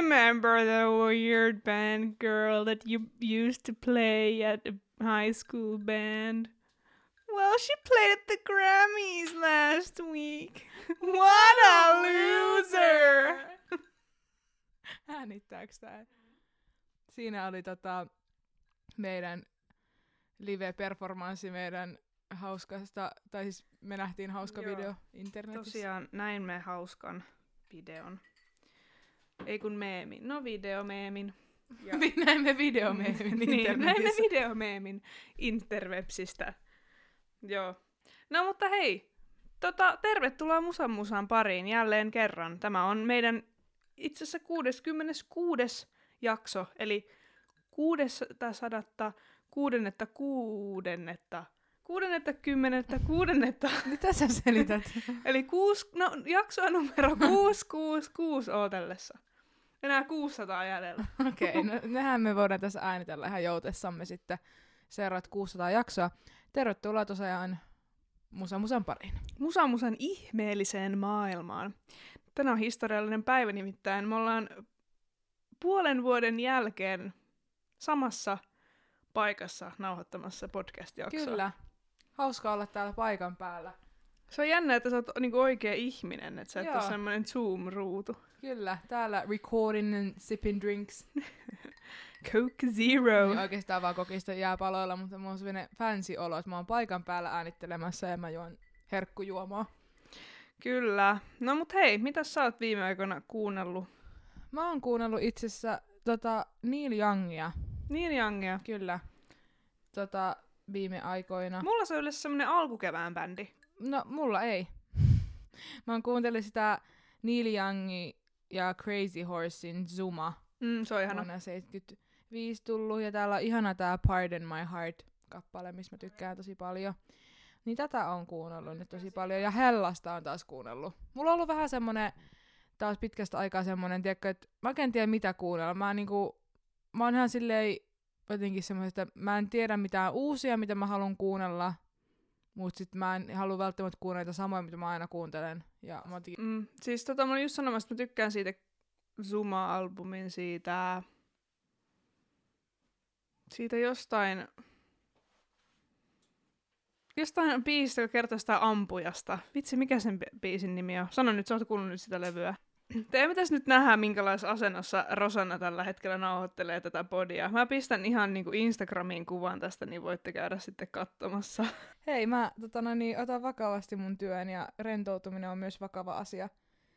remember the weird band girl that you used to play at a high school band? Well, she played at the Grammys last week. What a loser! Äänittääks tää? Siinä oli meidän live-performanssi meidän hauskasta, tai siis me nähtiin hauska video internetissä. Tosiaan näin me hauskan videon. Ei kun meemin. No videomeemin. Näimme videomeemin internetissä. Näimme videomeemin interwebsistä. Joo. No mutta hei, tervetuloa Musan pariin jälleen kerran. Tämä on meidän itse asiassa 66. jakso, eli 660. Mitä sä selität? Eli jaksoa numero 666 ootellessa. Enää 600 jäljellä. Okei, no nehän me voidaan tässä äänitellä ihan joutessamme sitten seuraavat 600 jaksoa. Tervetuloa tosiaan Musan pariin. Musan ihmeelliseen maailmaan. Tänään on historiallinen päivä nimittäin. Me ollaan puolen vuoden jälkeen samassa paikassa nauhoittamassa podcast-jaksoa. Kyllä. Hauska olla täällä paikan päällä. Se on jännä, että sä oot niinku oikea ihminen, että sä et ole semmoinen Zoom-ruutu. Kyllä, täällä recording and sipping drinks. Coke Zero. Niin oikeastaan vaan kokista jääpaloilla, mutta mulla on sellainen fancy olo, että mä oon paikan päällä äänittelemässä ja mä juon herkkujuomaa. Kyllä. No mut hei, mitä sä oot viime aikoina kuunnellut? Mä oon kuunnellut itse asiassa Neil Youngia. Neil Youngia? Kyllä. Viime aikoina. Mulla se on yleensä semmonen alkukevään bändi. No, mulla ei. Mä oon kuunnellut sitä Neil Youngin ja Crazy Horsein Zuma. Se on ihana. Vuonna 75 tullut, ja täällä on ihana tää Pardon My Heart-kappale, missä mä tykkään tosi paljon. Niin tätä on kuunnellut nyt tosi paljon, ja Hellasta on taas kuunnellut. Mulla on ollut vähän semmonen, taas pitkästä aikaa semmonen, tiedätkö, että mä en tiedä mitä kuunnella. Mä oon ihan silleen jotenkin semmoisesta, mä en tiedä mitään uusia, mitä mä haluan kuunnella, mutta sit mä en halua välttämättä kuunnella samoja, mitä mä aina kuuntelen. Ja mä siis mä olin just sanomassa, että mä tykkään siitä Zuma-albumin siitä jostain biisistä, joka kertoo sitä ampujasta. Vitsi, mikä sen biisin nimi on? Sano nyt, sä oot kuullut nyt sitä levyä. Te pitäisi nyt nähdä, minkälaisessa asennossa Rosanna tällä hetkellä nauhoittelee tätä podia. Mä pistän ihan niinku Instagramiin kuvan tästä, niin voitte käydä sitten katsomassa. Hei, mä otan vakavasti mun työn, ja rentoutuminen on myös vakava asia.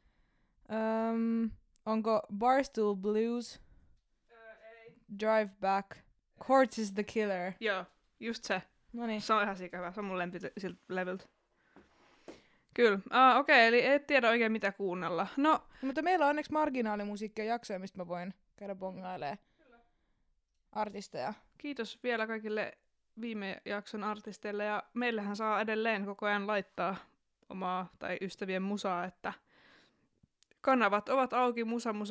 Onko Barstool Blues? Ei. Drive Back. Courts is the Killer. Joo, just se. Noniin. Se on ihan sikavä. Se on mun lempi siltä levyltä. Kyllä. Okei, eli et tiedä oikein mitä kuunnella. No, mutta meillä on onneksi marginaalimusiikkia jaksoja, mistä mä voin käydä bongailemaan artisteja. Kiitos vielä kaikille viime jakson artisteille, ja meillähän saa edelleen koko ajan laittaa omaa tai ystävien musaa, että kanavat ovat auki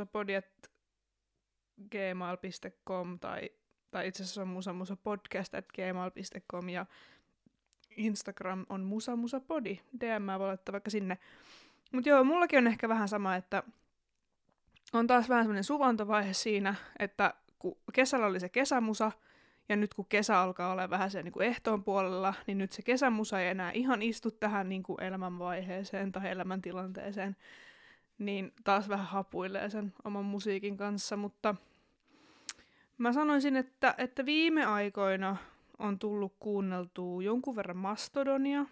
musamusapodi@gmail.com tai itse asiassa on musamusapodcast@gmail.com, ja Instagram on musamusapodi. DM voi laittaa vaikka sinne. Mut joo, mullakin on ehkä vähän sama, että on taas vähän semmoinen suvantovaihe siinä, että kun kesällä oli se kesämusa, ja nyt kun kesä alkaa olla vähän sen niin kuin ehtoon puolella, niin nyt se kesämusa ei enää ihan istu tähän niin kuin elämänvaiheeseen tai elämäntilanteeseen, niin taas vähän hapuilee sen oman musiikin kanssa, mutta mä sanoisin, että viime aikoina on tullut kuunneltua jonkun verran Mastodonia,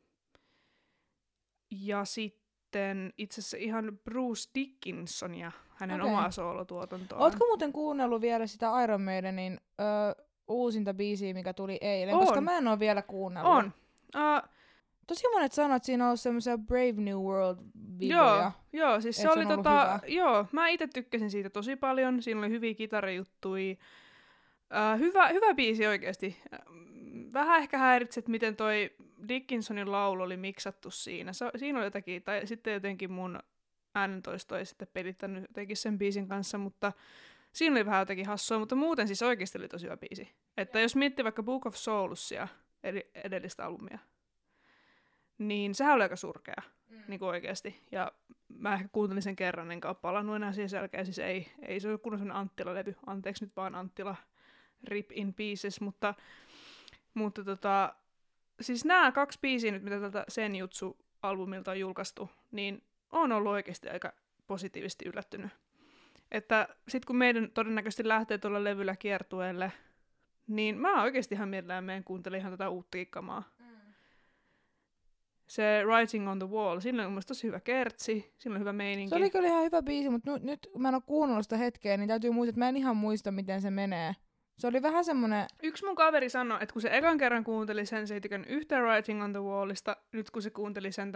ja sitten itse asiassa ihan Bruce Dickinsonia, hänen omaa soolotuotantoaan. Ootko muuten kuunnellut vielä sitä Iron Maidenin uusinta biisiä, mikä tuli eilen? Koska mä en oo vielä kuunnellut. On. Tosi monet sanoo, että siinä on ollut semmoisia Brave New World-videoja. Joo, siis se oli joo, mä itse tykkäsin siitä tosi paljon. Siinä oli hyviä kitarijuttuja. Hyvä biisi oikeesti. Vähän ehkä häiritsi, että miten toi Dickinsonin laulu oli miksattu siinä. Siinä oli jotakin, tai sitten jotenkin mun äänentoisto ei sitten pelittänyt jotenkin sen biisin kanssa, mutta siinä oli vähän jotenkin hassua, mutta muuten siis oikeasti oli tosi hyvä biisi. Että jos miettii vaikka Book of Soulsia, edellistä albumia, niin sehän oli aika surkea. niinku oikeesti. Ja mä ehkä kuuntelin sen kerran, enkä ole palannut enää siihen selkeä. Siis ei se ole kunnon sellainen Anttila-levy. Anteeksi nyt vaan Anttila, rip in pieces, mutta siis nämä 2 biisiä nyt, mitä tältä Senjutsu-albumilta on julkaistu, niin on ollut oikeasti aika positiivisesti yllättynyt. Että sit kun meidän todennäköisesti lähtee tuolla levyllä kiertueelle, niin mä oikeasti ihan mielellään menen kuuntelemaan ihan tätä uutta kamaa. Se Writing on the Wall, siinä on mun mielestä tosi hyvä kertsi, siinä on hyvä meininki. Se oli kyllä ihan hyvä biisi, mutta nyt kun mä en oo kuunnellut sitä hetkeä, niin täytyy muistaa, että mä en ihan muista, miten se menee. Se oli vähän semmonen... Yksi mun kaveri sanoi, että kun se ekan kerran kuunteli sen, se ei tykännyt yhtään Writing on the Wallista. Nyt kun se kuunteli sen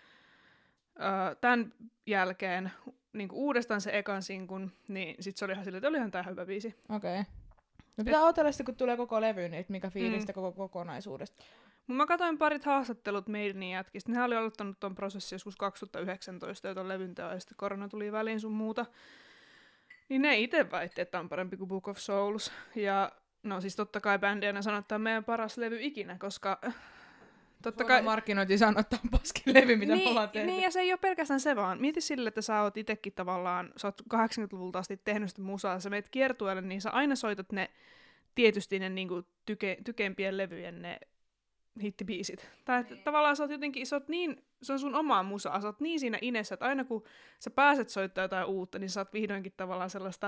tämän jälkeen niin uudestaan se ekan sinkun, niin sit se oli ihan silleen, että olihan tää hyvä biisi. Okei. No pitää odotella sitten, kun tulee koko levy, niin mikä fiilistä koko kokonaisuudesta. Mut mä katsoin parit haastattelut Maidenin jätkistä. Nehän oli aloittanut ton prosessin joskus 2019, ja ton levyn teon, ja sitten korona tuli väliin sun muuta. Niin ne itse väitti, että on parempi kuin Book of Souls. Ja no siis totta kai bändiänä sanoo, että on meidän paras levy ikinä, koska totta kai... markkinointi sanoo, että on paskin levy, mitä me ollaan tehty. Niin, ja se ei ole pelkästään se vaan. Mieti sille, että sä oot itekin tavallaan, sä oot 80-luvulta asti tehnyt sitä musaa, sä meet kiertueelle, niin sä aina soitat ne, tietysti ne niinku tykeimpien levyjen ne hittibiisit. Tai tavallaan sä oot jotenkin, sä oot niin, se on sun omaa musaa, sä oot niin siinä inessä, että aina kun sä pääset soittaa jotain uutta, niin sä oot vihdoinkin tavallaan sellaista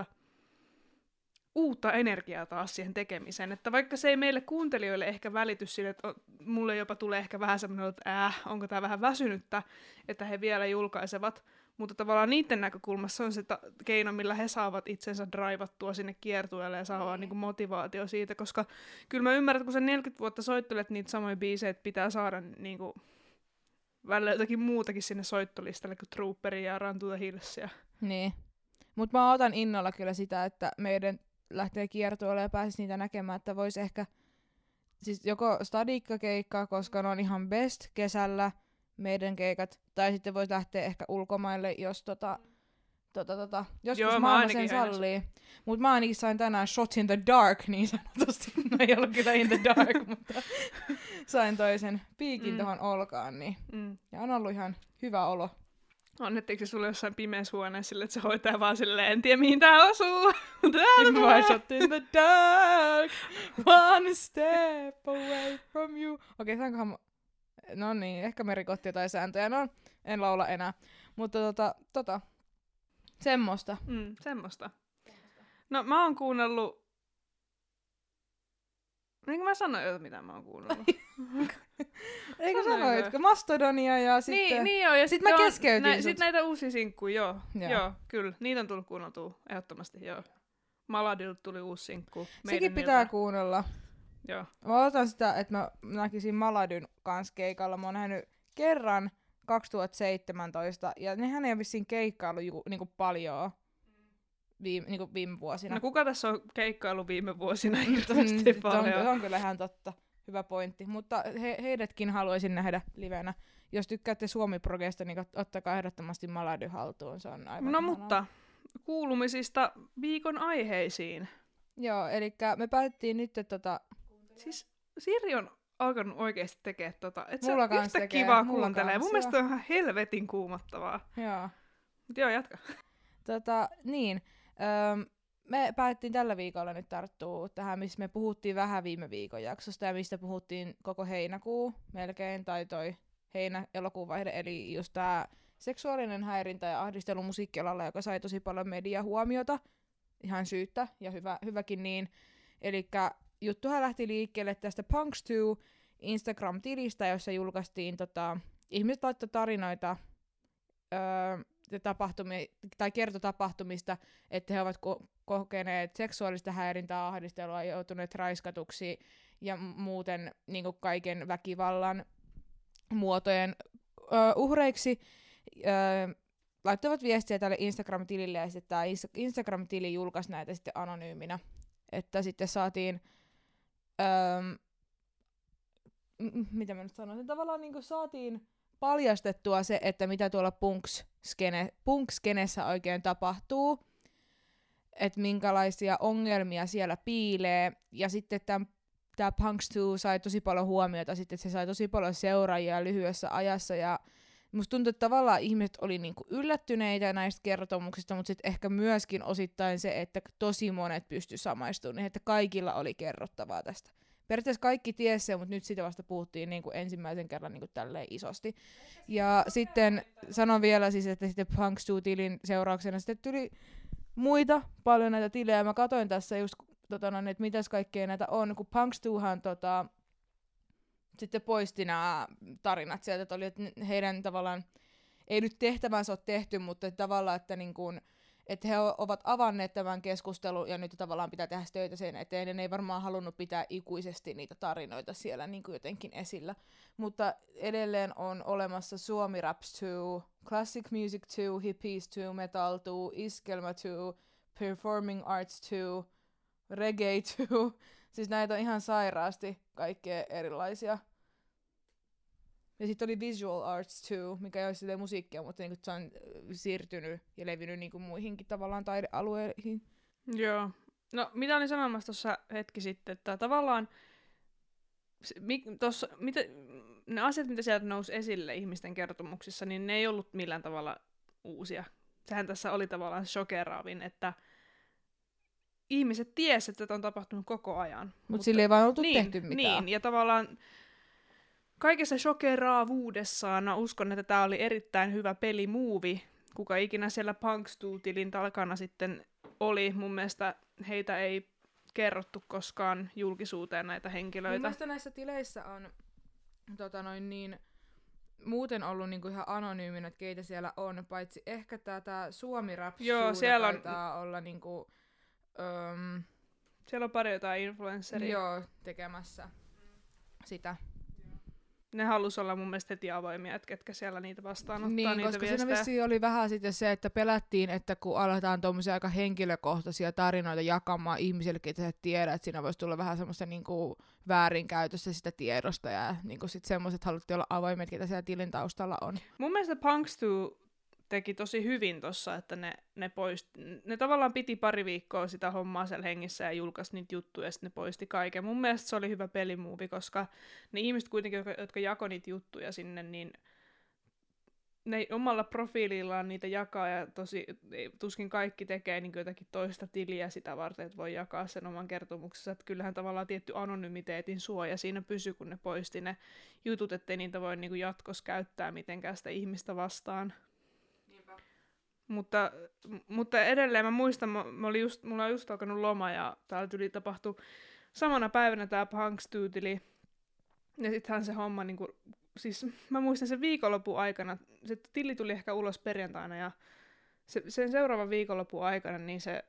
uutta energiaa taas siihen tekemiseen. Että vaikka se ei meille kuuntelijoille ehkä välity sille, että mulle jopa tulee ehkä vähän semmoinen, että onko tää vähän väsynyttä, että he vielä julkaisevat. Mutta tavallaan niiden näkökulmassa on se keino, millä he saavat itsensä draivattua sinne kiertueelle ja saavat niinku motivaatio siitä, koska kyllä mä ymmärrän, että kun sä 40 vuotta soittelet niitä samoja biisejä, että pitää saada niinku välillä jotakin muutakin sinne soittolistalle kuin Trooperi ja Run to the Hillsia. Niin. Mutta mä otan innolla kyllä sitä, että meidän lähtee kiertueelle ja pääsis niitä näkemään, että vois ehkä siis joko stadikkakeikkaa, koska ne on ihan best kesällä meidän keikat, tai sitten vois lähteä ehkä ulkomaille, jos joskus maailma sen sallii. Mut mä ainakin sain tänään shot in the dark niin sanotusti. No ei ollut kyllä in the dark, mutta sain toisen piikin tohon olkaan. Niin. Ja on ollut ihan hyvä olo. Annettiinko se sulle jossain pimeässä huoneessa sille, että se hoitaa vaan silleen, en tiedä mihin tää osuu. Mä shot in the dark, one step away from you. Okei, saankohan no niin, ehkä me rikottiin jotain sääntöjä. No, en laula enää. Mutta semmoista. Semmoista. No mä oon kuunnellut... Niin kuin mä sanoin jo, mitä mä oon kuunnellut. Eikö sanoitko? Mastodonia ja sitten... Niin joo, ja sitten mä keskeytin sut. Sitten näitä uusia sinkkuja, joo, kyllä. Niitä on tullut kuunneltua, ehdottomasti, joo. Maladilta tuli uusi sinkku. Sekin pitää kuunnella. Joo. Mä otan sitä, että mä näkisin Maladyn kanssa keikalla. Mä oon nähnyt kerran 2017, ja nehän ei ole vissiin keikkailu niinku paljon viime vuosina. No kuka tässä on keikkailu viime vuosina hirveästi paljon? On kyllä ihan totta. Hyvä pointti. Mutta heidätkin haluaisin nähdä livenä. Jos tykkäätte Suomi-progesta, niin ottakaa ehdottomasti Malady haltuun. Se on aivan no ihanaa. Mutta kuulumisista viikon aiheisiin. Joo, eli me päätettiin nyt, että Siis Siri on alkanut oikeesti tekemään että se mulla on yhtä kivaa kuuntelee. Mun mielestä on ihan helvetin kuumottavaa. Joo. Mut joo, jatka. Niin. Me päätettiin tällä viikolla nyt tarttua tähän, missä me puhuttiin vähän viime viikon jaksosta ja mistä puhuttiin koko heinäkuu melkein, tai toi heinä-elokuun vaihde, eli just tää seksuaalinen häirintä ja ahdistelu musiikkialalla, joka sai tosi paljon mediahuomiota, ihan syyttä ja hyväkin niin. Elikkä juttuhan lähti liikkeelle tästä Punks2 Instagram-tilistä, jossa julkaistiin ihmiset laittoi tarinoita tai kertotapahtumista, että he ovat kokeneet seksuaalista häirintää, ahdistelua, joutuneet raiskatuksi ja muuten niin kuin kaiken väkivallan muotojen uhreiksi. Laittoivat viestiä tälle Instagram-tilille ja sitten tämä Instagram-tili julkaisi näitä sitten anonyyminä. Että sitten saatiin, mitä mä nyt sanoisin, tavallaan niin kuin saatiin paljastettua se, että mitä tuolla punk-skenessä oikein tapahtuu, että minkälaisia ongelmia siellä piilee, ja sitten tämä Punks2 sai tosi paljon huomiota, sitten että se sai tosi paljon seuraajia lyhyessä ajassa, ja Musta tuntuu, että tavallaan ihmiset oli niinku yllättyneitä näistä kertomuksista, mutta sitten ehkä myöskin osittain se, että tosi monet pysty samaistumaan, niin että kaikilla oli kerrottavaa tästä. Periaatteessa kaikki tiesi sen, mutta nyt sitä vasta puhuttiin niinku ensimmäisen kerran niinku tälleen isosti. Ja sitten sanon vielä siis, että sitten Punkstu-tilin seurauksena sitten tuli muita paljon näitä tilejä. Mä katoin tässä just, että mitäs kaikkea näitä on, kun Punkstuhan sitten poisti nämä tarinat sieltä, että oli, että heidän tavallaan, ei nyt tehtävänsä ole tehty, mutta että tavallaan, että, niin kuin, että he ovat avanneet tämän keskustelun ja nyt tavallaan pitää tehdä töitä sen eteen, ja ne ei varmaan halunnut pitää ikuisesti niitä tarinoita siellä niin kuin jotenkin esillä. Mutta edelleen on olemassa Suomi Raps 2, Classic Music 2, Hippies 2, Metal 2, Iskelma 2, Performing Arts 2, Reggae 2, siis näitä on ihan sairaasti kaikkea erilaisia. Ja sitten oli Visual Arts 2, mikä ei ole silleen musiikkia, mutta niinku se on siirtynyt ja levinnyt niinku muihinkin tavallaan taidealueihin. Joo. No, mitä olin sanomassa tuossa hetki sitten, että tavallaan ne asiat, mitä sieltä nousi esille ihmisten kertomuksissa, niin ne ei ollut millään tavalla uusia. Sehän tässä oli tavallaan shokeraavin, että ihmiset tiesivät, että tätä on tapahtunut koko ajan. Mutta sille ei vaan oltu niin, tehty mitään. Niin, ja tavallaan kaikessa shokeraavuudessaan mä uskon, että tämä oli erittäin hyvä pelimuovi. Kuka ikinä siellä Punkstu-tilin takana sitten oli. Mun mielestä heitä ei kerrottu koskaan julkisuuteen näitä henkilöitä. Mun mielestä näissä tileissä on muuten ollut niinku ihan anonyymin, että keitä siellä on, paitsi ehkä tätä Suomi Raps taitaa olla niinku... siellä on pari jotain influenceria. Joo, tekemässä sitä. Ne halus olla mun mielestä heti avoimia, että ketkä siellä niitä vastaanottaa niin, niitä koska viestejä. siinä vissiin oli vähän sitten se, että pelättiin, että kun aletaan tommosia aika henkilökohtaisia tarinoita jakamaan ihmisille, ketä sä tiedät, että siinä voisi tulla vähän semmoista niinku väärinkäytöstä sitä tiedosta ja niinku sit semmoiset haluttiin olla avoimet, ketä siellä tilin taustalla on. Mun mielestä Punkstu teki tosi hyvin tossa, että ne tavallaan piti pari viikkoa sitä hommaa siellä hengissä ja julkaisi niitä juttuja ja sitten ne poisti kaiken. Mun mielestä se oli hyvä pelimuovi, koska ne ihmiset kuitenkin, jotka jakoi niitä juttuja sinne, niin ne omalla profiilillaan niitä jakaa ja tuskin kaikki tekee niin jotakin toista tiliä sitä varten, että voi jakaa sen oman kertomuksensa. Että kyllähän tavallaan tietty anonymiteetin suoja siinä pysyi, kun ne poisti ne jutut, ettei niitä voi niin jatkossa käyttää mitenkään sitä ihmistä vastaan. Mutta edelleen mä muistan, mulla on just alkanut loma ja täällä tapahtui samana päivänä tää Punkstu-tili. Ja sittenhän se homma niinku, siis mä muistan sen viikonlopun aikana, se tili tuli ehkä ulos perjantaina ja sen seuraavan viikonlopun aikana niin se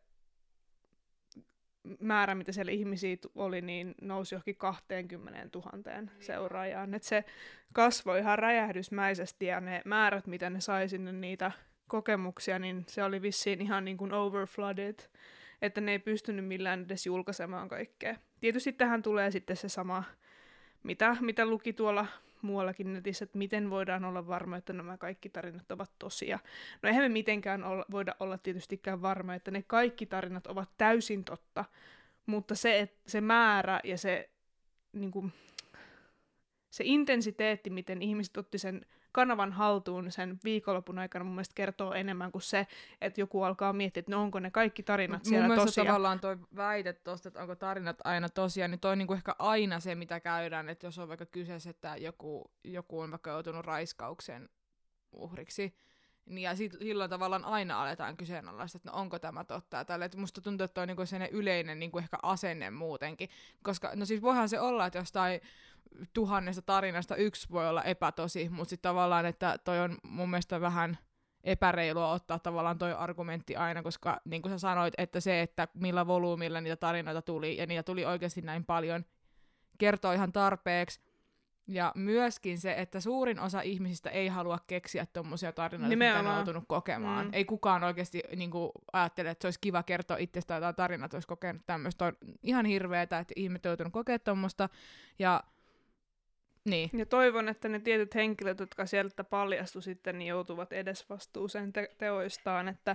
määrä, mitä siellä ihmisiä oli, niin nousi johonkin 20 000 seuraajaan. Et se kasvoi ihan räjähdysmäisesti ja ne määrät, mitä ne sai sinne niitä kokemuksia, niin se oli vissiin ihan niin kuin overflooded, että ne ei pystynyt millään edes julkaisemaan kaikkea. Tietysti tähän tulee sitten se sama, mitä luki tuolla muuallakin netissä, että miten voidaan olla varma, että nämä kaikki tarinat ovat tosia. No eihän me mitenkään voida olla tietystikään varma, että ne kaikki tarinat ovat täysin totta, mutta se määrä ja se, niin kuin, se intensiteetti, miten ihmiset otti sen kanavan haltuun sen viikonlopun aikana mun mielestä kertoo enemmän kuin se, että joku alkaa miettiä, että no onko ne kaikki tarinat siellä tosia. Mun mielestä tavallaan toi väite tosta, että onko tarinat aina tosia, niin toi on niinku ehkä aina se, mitä käydään, että jos on vaikka kyseessä, että joku on vaikka joutunut raiskauksen uhriksi, niin ja silloin tavallaan aina aletaan kyseenalaista, että no onko tämä totta ja tälle. Musta tuntuu, että toi on niinku sellainen yleinen niinku ehkä asenne muutenkin, koska no siis voihan se olla, että jostain 1000 tarinasta yksi voi olla epätosi, mutta sitten tavallaan, että toi on mun mielestä vähän epäreilua ottaa tavallaan toi argumentti aina, koska niin kuin sä sanoit, että se, että millä volyymilla niitä tarinoita tuli, ja niitä tuli oikeasti näin paljon, kertoo ihan tarpeeksi. Ja myöskin se, että suurin osa ihmisistä ei halua keksiä tommosia tarinoita, mitä ne on joutunut kokemaan. Ei kukaan oikeasti niin kuin, ajattele, että se olisi kiva kertoa itsestään jotain tarinaa, että olisi kokenut tämmöistä. On ihan hirveetä, että ihmiset on joutunut kokemaan tommoista. Ja niin. Ja toivon, että ne tietyt henkilöt, jotka sieltä paljastu sitten, niin joutuvat edesvastuuseen teoistaan, että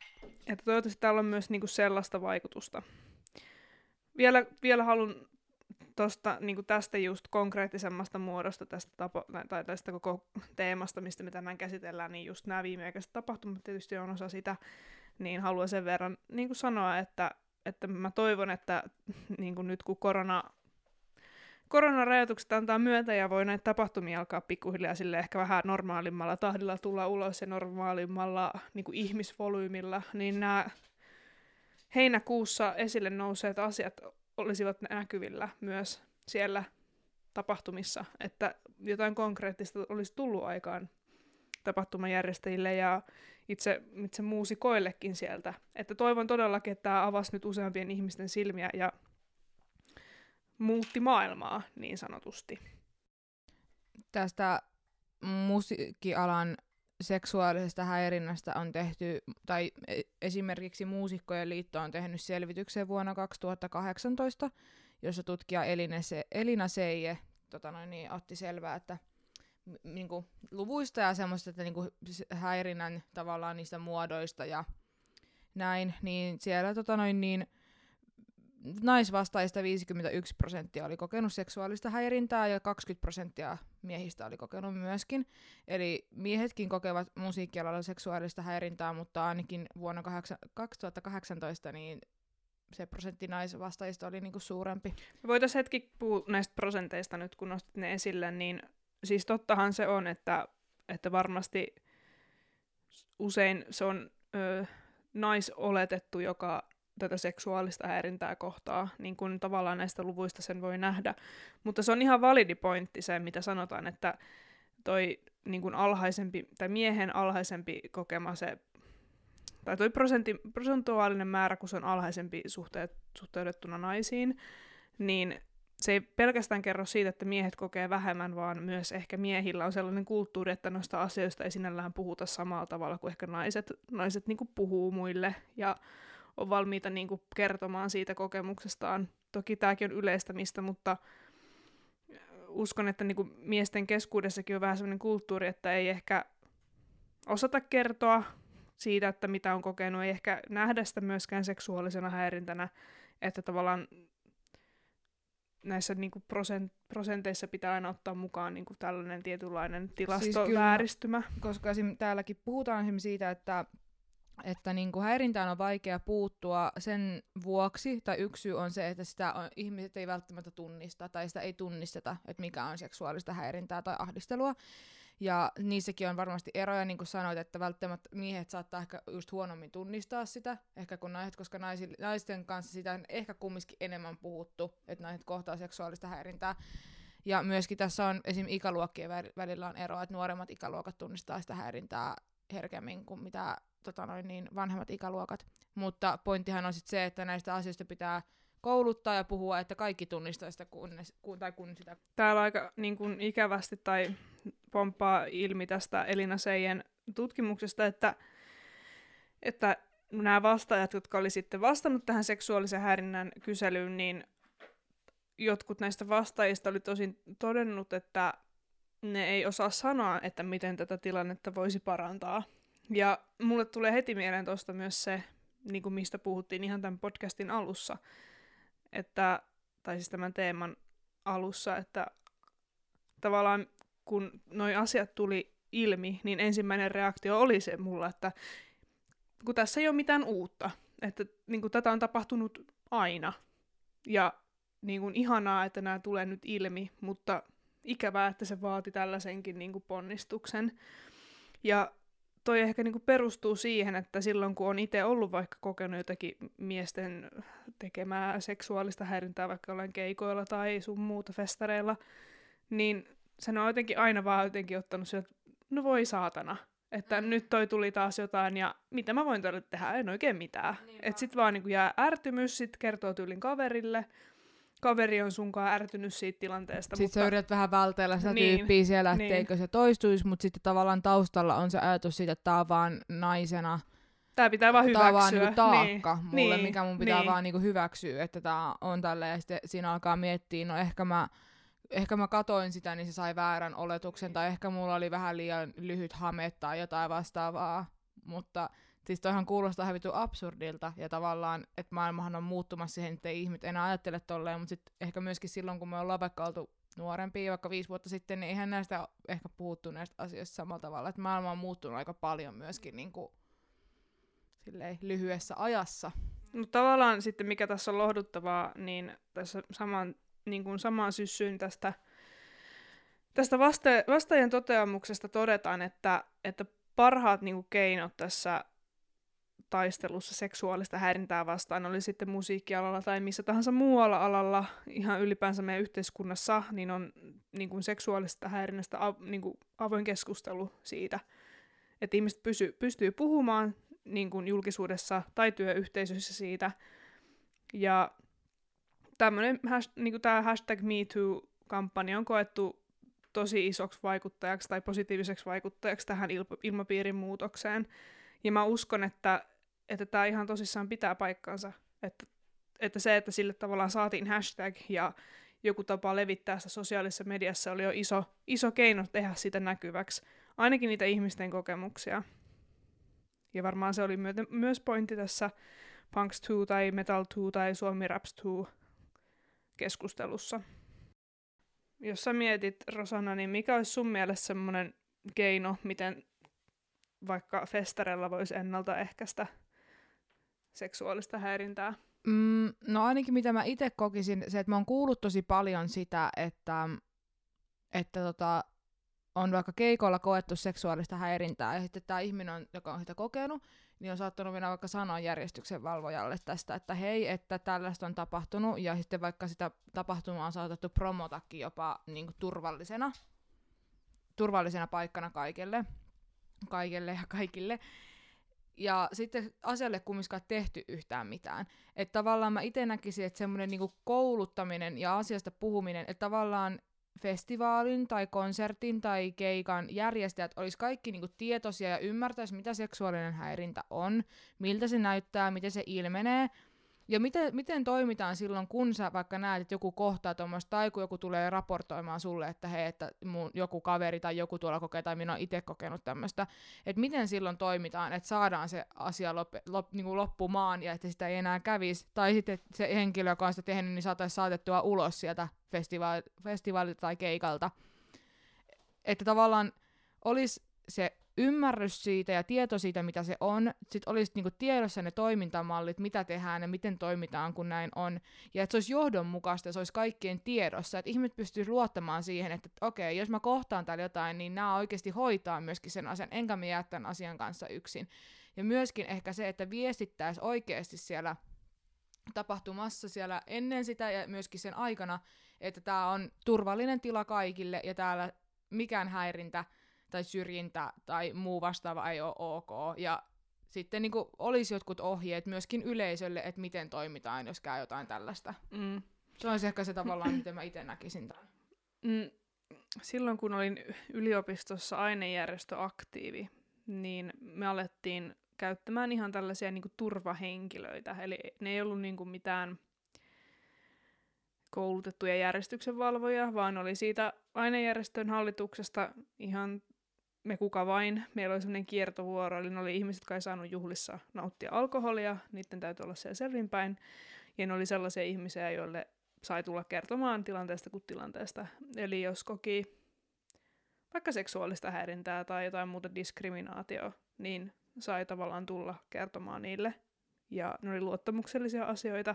toivottavasti täällä on myös niinku sellaista vaikutusta. Vielä haluan niin tästä just konkreettisemmasta muodosta tai tästä koko teemasta, mistä me tänään käsitellään, niin just nämä viimeaikaiset tapahtumat tietysti on osa sitä, niin haluan sen verran niin sanoa, että mä toivon, että niin nyt kun koronarajoitukset antaa myötä ja voi näitä tapahtumia alkaa pikkuhiljaa sille ehkä vähän normaalimmalla tahdilla tulla ulos ja normaalimmalla niin ihmisvolyymilla, niin nämä heinäkuussa esille nousseet asiat olisivat näkyvillä myös siellä tapahtumissa, että jotain konkreettista olisi tullut aikaan tapahtumajärjestäjille ja itse muusikoillekin sieltä. Että toivon todellakin, että tämä avasi nyt useampien ihmisten silmiä ja muutti maailmaa niin sanotusti. Tästä musiikkialan seksuaalisesta häirinnästä on tehty, tai esimerkiksi Muusikkojen liitto on tehnyt selvityksen vuonna 2018, jossa tutkija Elina Seije otti selvää, että niinku, luvuista ja semmoista, että niinku, häirinnän tavallaan niistä muodoista ja näin, niin siellä naisvastaajista 51% oli kokenut seksuaalista häirintää ja 20% miehistä oli kokenut myöskin. Eli miehetkin kokevat musiikkialalla seksuaalista häirintää, mutta ainakin vuonna 2018 niin se prosentti naisvastaajista oli niinku suurempi. Voitaisiin hetki puhua näistä prosenteista nyt, kun nostit ne esille, niin siis tottahan se on, että varmasti usein se on naisoletettu, joka tätä seksuaalista häirintää kohtaa, niin kuin tavallaan näistä luvuista sen voi nähdä. Mutta se on ihan validi pointti se, mitä sanotaan, että toi niin kuin alhaisempi, tai miehen alhaisempi kokema se, tai toi prosentuaalinen määrä, kun se on alhaisempi suhteutettuna naisiin, niin se ei pelkästään kerro siitä, että miehet kokee vähemmän, vaan myös ehkä miehillä on sellainen kulttuuri, että noista asioista ei sinällään puhuta samalla tavalla kuin ehkä naiset niin kuin puhuu muille, ja on valmiita niin kuin kertomaan siitä kokemuksestaan. Toki tämäkin on yleistämistä, mutta uskon, että niin kuin miesten keskuudessakin on vähän sellainen kulttuuri, että ei ehkä osata kertoa siitä, että mitä on kokenut, ei ehkä nähdä sitä myöskään seksuaalisena häirintänä, että tavallaan näissä niin kuin prosenteissa pitää aina ottaa mukaan niin kuin tällainen tietynlainen tilastovääristymä. Siis koska täälläkin puhutaan esimerkiksi siitä, että niin kuin häirintään on vaikea puuttua sen vuoksi, tai yksi syy on se, että ihmiset ei välttämättä tunnista, tai sitä ei tunnisteta, että mikä on seksuaalista häirintää tai ahdistelua. Ja niissäkin on varmasti eroja, niin kuin sanoit, että välttämättä miehet saattaa ehkä just huonommin tunnistaa sitä, ehkä kuin naiset, koska naisten kanssa sitä on ehkä kumminkin enemmän puhuttu, että naiset kohtaa seksuaalista häirintää. Ja myöskin tässä on esimerkiksi ikäluokkien välillä on eroa, että nuoremmat ikäluokat tunnistaa sitä häirintää herkemmin kuin mitä vanhemmat ikäluokat. Mutta pointtihan on sitten se, että näistä asioista pitää kouluttaa ja puhua, että kaikki tunnistaa sitä, kun sitä. Täällä aika niin kuin ikävästi tai pomppaa ilmi tästä Elina Seijen tutkimuksesta, että nämä vastaajat, jotka oli sitten vastannut tähän seksuaalisen häirinnän kyselyyn, niin jotkut näistä vastaajista oli tosin todennut, että ne ei osaa sanoa, että miten tätä tilannetta voisi parantaa. Ja mulle tulee heti mieleen tuosta myös se, niin kuin mistä puhuttiin ihan tämän podcastin alussa, tai siis tämän teeman alussa, että tavallaan kun noi asiat tuli ilmi, niin ensimmäinen reaktio oli se mulla, että kun tässä ei ole mitään uutta, että niin kuin tätä on tapahtunut aina, ja niin kuin ihanaa, että nämä tulee nyt ilmi, mutta ikävää, että se vaati tällaisenkin niin kuin ponnistuksen. Ja toi ehkä niin kuin perustuu siihen, että silloin kun on itse ollut vaikka kokenut jotakin miesten tekemää seksuaalista häirintää vaikka jollain keikoilla tai sun muuta festareilla, niin sen on jotenkin aina vaan jotenkin ottanut sieltä, no voi saatana, että nyt toi tuli taas jotain ja mitä mä voin todella tehdä, en oikein mitään. Että sit vaan niin kuin jää ärtymys, sit kertoo tyylin kaverille, kaveri on sunkaan ärtynyt siitä tilanteesta. Sitten sä yrität vähän vältellä sitä tyyppiä siellä, etteikö se toistuisi, mutta sitten tavallaan taustalla on se ajatus siitä, että tää on vaan naisena. Tää pitää vaan hyväksyä. Tää on vaan niinku taakka mulle, mikä mun pitää vaan niinku hyväksyä, että tää on tälleen. Ja sitten siinä alkaa miettiä, no ehkä mä katoin sitä, niin se sai väärän oletuksen, tai ehkä mulla oli vähän liian lyhyt hame tai jotain vastaavaa. Mutta Siis toihan kuulostaa hävitty absurdilta, ja tavallaan, että maailmahan on muuttumassa siihen, että ei ihmiset enää ajattele tolleen, mutta sitten ehkä myöskin silloin, kun me ollaan vaikka oltu nuorempia, vaikka 5 vuotta sitten, niin eihän näistä ehkä puhuttu näistä asioista samalla tavalla, että maailma on muuttunut aika paljon myöskin niin kuin, silleen, lyhyessä ajassa. No, tavallaan sitten, mikä tässä on lohduttavaa, niin tässä samaan syssyyn tästä vastaajien toteamuksesta todetaan, että parhaat niin kuin keinot tässä taistelussa seksuaalista häirintää vastaan, oli sitten musiikkialalla tai missä tahansa muualla alalla, ihan ylipäänsä meidän yhteiskunnassa, niin on niin kuin seksuaalista häirinnästä niin kuin avoin keskustelu siitä, että ihmiset pystyy puhumaan niin kuin julkisuudessa tai työyhteisöissä siitä. Ja tämmöinen niin tämä #MeToo-kampanja on koettu tosi isoksi vaikuttajaksi tai positiiviseksi vaikuttajaksi tähän ilmapiirin muutokseen. Ja mä uskon, että tämä ihan tosissaan pitää paikkansa. Että se, että sille tavallaan saatiin hashtag ja joku tapa levittää sitä sosiaalisessa mediassa, oli jo iso keino tehdä sitä näkyväksi. Ainakin niitä ihmisten kokemuksia. Ja varmaan se oli myös pointti tässä Punks 2 tai Metal 2 tai Suomi Raps 2 keskustelussa. Jos sä mietit, Rosanna, niin mikä olisi sun mielestä semmoinen keino, miten vaikka festareilla voisi ennaltaehkäistä seksuaalista häirintää? No ainakin mitä mä itse kokisin, se, että mä oon kuullut tosi paljon sitä, että on vaikka keikolla koettu seksuaalista häirintää, ja sitten tämä ihminen, joka on sitä kokenut, niin on saattanut mennä vaikka sanoa järjestyksen valvojalle tästä, että hei, että tällaista on tapahtunut, ja sitten vaikka sitä tapahtumaa on saatettu promotakin jopa niin kuin turvallisena paikkana kaikille ja kaikille. Ja sitten asialle kumminkaan tehty yhtään mitään. Että tavallaan mä itse näkisin, että semmoinen niinku kouluttaminen ja asiasta puhuminen, että tavallaan festivaalin tai konsertin tai keikan järjestäjät olisi kaikki niinku tietoisia ja ymmärtäisi, mitä seksuaalinen häirintä on, miltä se näyttää, miten se ilmenee, ja miten toimitaan silloin, kun sä vaikka näet, että joku kohtaa tuommoista, tai kun joku tulee raportoimaan sulle, että hei, että mun joku kaveri tai joku tuolla kokee, tai minä olen itse kokenut tämmöistä, että miten silloin toimitaan, että saadaan se asia niin loppumaan, ja että sitä ei enää kävisi, tai sitten se henkilö, joka on sitä tehnyt, niin saataisiin saatettua ulos sieltä festivaalilta tai keikalta. Että tavallaan olisi se ymmärrys siitä ja tieto siitä, mitä se on, sitten olisi niinku tiedossa ne toimintamallit, mitä tehdään ja miten toimitaan, kun näin on, ja että se olisi johdonmukaista ja se olisi kaikkien tiedossa, että ihmiset pystyisivät luottamaan siihen, että okei, jos mä kohtaan täällä jotain, niin nämä oikeasti hoitaa myöskin sen asian, enkä me jää tämän asian kanssa yksin. Ja myöskin ehkä se, että viestittäisiin oikeasti siellä tapahtumassa siellä ennen sitä ja myöskin sen aikana, että tämä on turvallinen tila kaikille ja täällä mikään häirintä tai syrjintä tai muu vastaava ei ole ok. Ja sitten niin kuin olisi jotkut ohjeet myöskin yleisölle, että miten toimitaan, jos käy jotain tällaista. Se olisi ehkä se tavallaan, miten mä itse näkisin tämän. Silloin kun olin yliopistossa ainejärjestöaktiivi, niin me alettiin käyttämään ihan tällaisia niin kuin turvahenkilöitä. Eli ne ei ollut niin kuin mitään koulutettuja järjestyksenvalvoja, vaan oli siitä ainejärjestön hallituksesta ihan me kuka vain. Meillä oli sellainen kiertovuoro, eli ne oli ihmiset, jotka ei saanut juhlissa nauttia alkoholia, niiden täytyy olla siellä selvinpäin. Ja ne oli sellaisia ihmisiä, joille sai tulla kertomaan tilanteesta kuin tilanteesta. Eli jos koki vaikka seksuaalista häirintää tai jotain muuta diskriminaatioa, niin sai tavallaan tulla kertomaan niille. Ja ne oli luottamuksellisia asioita.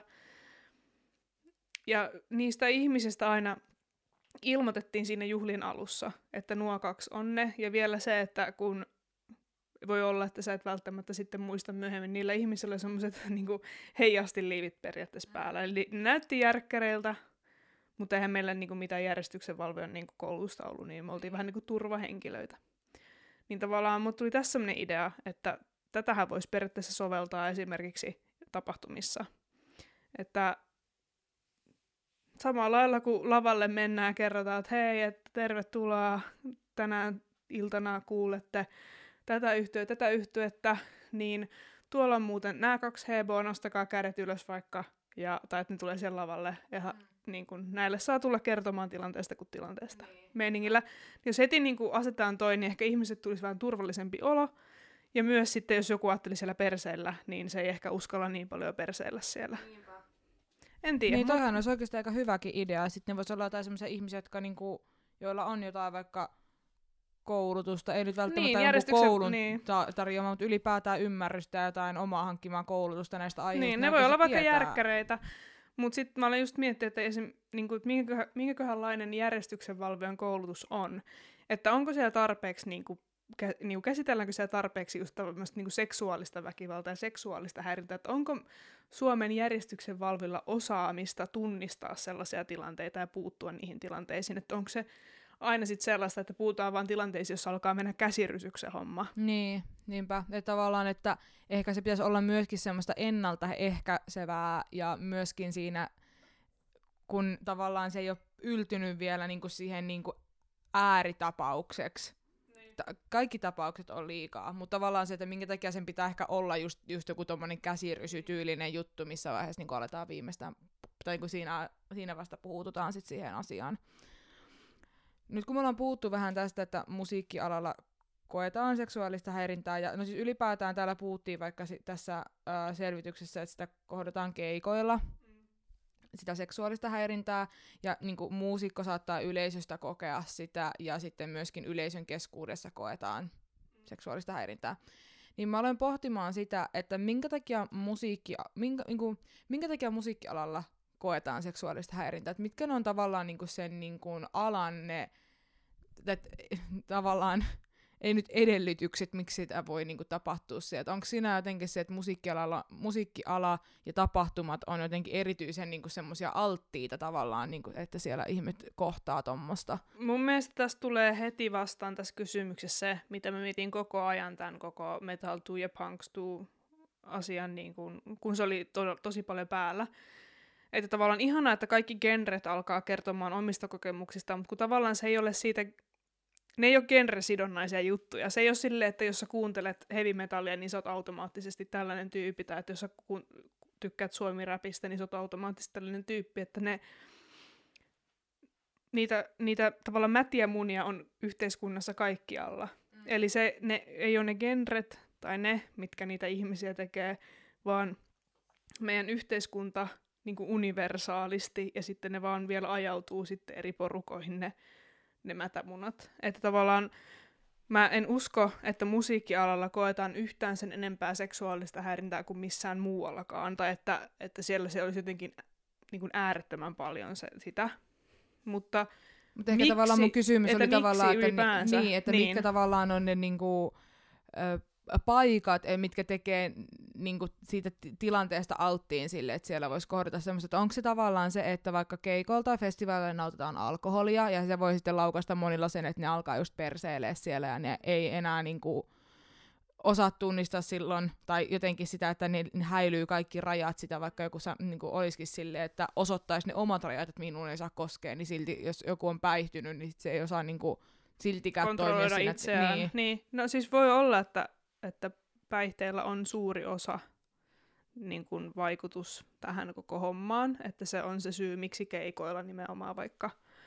Ja niistä ihmisistä aina ilmoitettiin siinä juhlin alussa, että nuo 2 on ne. Ja vielä se, että kun voi olla, että sä et välttämättä sitten muista myöhemmin, niillä ihmisillä oli semmoiset niinku heijastiliivit periaatteessa päällä. Eli ne näytti järkkäreiltä, mutta eihän meillä niinku mitään järjestyksenvalvojan niinku koulusta ollut, niin me oltiin vähän niinku turvahenkilöitä. Niin tavallaan mut tuli tässä semmoinen idea, että tätähän voisi periaatteessa soveltaa esimerkiksi tapahtumissa. Että samalla lailla kun lavalle mennään ja kerrotaan, että hei, että tervetuloa tänään iltana kuulette tätä yhtyettä, niin tuolla on muuten nämä 2 heboa, nostakaa kädet ylös vaikka, tai että ne tulee siellä lavalle. Ja niin kun, näille saa tulla kertomaan tilanteesta kuin tilanteesta meiningillä. Jos heti niin kun asetetaan toi, niin ehkä ihmiset tulisi vähän turvallisempi olo. Ja myös sitten, jos joku ajatteli siellä perseellä, niin se ei ehkä uskalla niin paljon perseellä siellä. En tiedä. Niin toihan olisi oikeasti aika hyväkin idea. Sitten ne voisi olla jotain sellaisia ihmisiä, jotka niinku, joilla on jotain vaikka koulutusta, ei nyt välttämättä jonkun koulun tarjoamaan, mutta ylipäätään ymmärrystä ja jotain omaa hankkimaan koulutusta näistä aiheista. Niin, ne voi olla vaikka järkkäreitä, mutta sitten mä olen just miettinyt, että niinku, minkäköhänlainen järjestyksenvalvojan koulutus on. Että onko siellä tarpeeksi, niinku, käsitelläänkö siellä tarpeeksi just niinku seksuaalista väkivaltaa ja seksuaalista häirintää, että onko Suomen järjestyksenvalvilla osaamista tunnistaa sellaisia tilanteita ja puuttua niihin tilanteisiin, että onko se aina sitten sellaista, että puhutaan vaan tilanteisiin, jossa alkaa mennä käsirysyksen homma. Niin, niinpä. Että tavallaan, että ehkä se pitäisi olla myöskin semmoista ennaltaehkäisevää ja myöskin siinä, kun tavallaan se ei ole yltynyt vielä niinku siihen niinku ääritapaukseksi. Niin. Kaikki tapaukset on liikaa, mutta tavallaan se, että minkä takia sen pitää ehkä olla just joku tommonen käsirysytyylinen juttu, missä vaiheessa niinku aletaan viimeistään, tai kun siinä vasta puututaan sit siihen asiaan. Nyt kun me ollaan puhuttu vähän tästä, että musiikkialalla koetaan seksuaalista häirintää, ja no siis ylipäätään täällä puhuttiin vaikka tässä selvityksessä, että sitä kohdataan keikoilla, sitä seksuaalista häirintää, ja niin kuin muusikko saattaa yleisöstä kokea sitä, ja sitten myöskin yleisön keskuudessa koetaan seksuaalista häirintää. Niin mä olen pohtimaan sitä, että minkä takia musiikkialalla koetaan seksuaalista häirintää, että mitkä ne on tavallaan niinku sen niinku alan ne, tavallaan ei nyt edellytykset, miksi sitä voi niinku tapahtua se, että onko siinä jotenkin se, että musiikkiala ja tapahtumat on jotenkin erityisen niinku semmoisia alttiita tavallaan, niinku, että siellä ihmiset kohtaa tommosta. Mun mielestä tässä tulee heti vastaan tässä kysymyksessä se, mitä mä mietin koko ajan tämän koko Metal 2 ja Punks 2 asian, niin kun se oli tosi paljon päällä. Että tavallaan ihanaa, että kaikki genret alkaa kertomaan omista kokemuksistaan, mutta kun tavallaan se ei ole siitä, ne ei ole genresidonnaisia juttuja. Se ei ole silleen, että jos sä kuuntelet heavy metallia, niin sä oot automaattisesti tällainen tyyppi, tai että jos sä tykkäät suomi-räpistä, niin sä oot automaattisesti tällainen tyyppi, että niitä tavallaan mätiä munia on yhteiskunnassa kaikkialla. Eli ne ei ole ne genret tai ne, mitkä niitä ihmisiä tekee, vaan meidän yhteiskunta niin kuin universaalisti, ja sitten ne vaan vielä ajautuu sitten eri porukoihin ne mätämunat. Että tavallaan mä en usko, että musiikkialalla koetaan yhtään sen enempää seksuaalista häirintää kuin missään muuallakaan, tai että siellä se olisi jotenkin niin kuin äärettömän paljon sitä. Mutta ehkä miksi, tavallaan mun kysymys oli tavallaan, että niin. mitkä tavallaan on ne niinku, paikat, mitkä tekee niinku, siitä tilanteesta alttiin sille, että siellä voisi kohdata semmoista, että onko se tavallaan se, että vaikka keikoilta tai festivaaleilla nautitaan alkoholia, ja se voi sitten laukaista monilla sen, että ne alkaa just perseilee siellä, ja ne ei enää niinku osaa tunnistaa silloin, tai jotenkin sitä, että ne häilyy kaikki rajat sitä, vaikka joku niinku olisikin silleen, että osoittaisi ne omat rajat, että minun ei saa koskea, niin silti jos joku on päihtynyt, niin se ei osaa niinku siltikään toimia siinä. Itseään. Niin. No siis voi olla, että päihteillä on suuri osa niin kuin vaikutus tähän koko hommaan, että se on se syy, miksi keikoilla nimenomaan vaikka.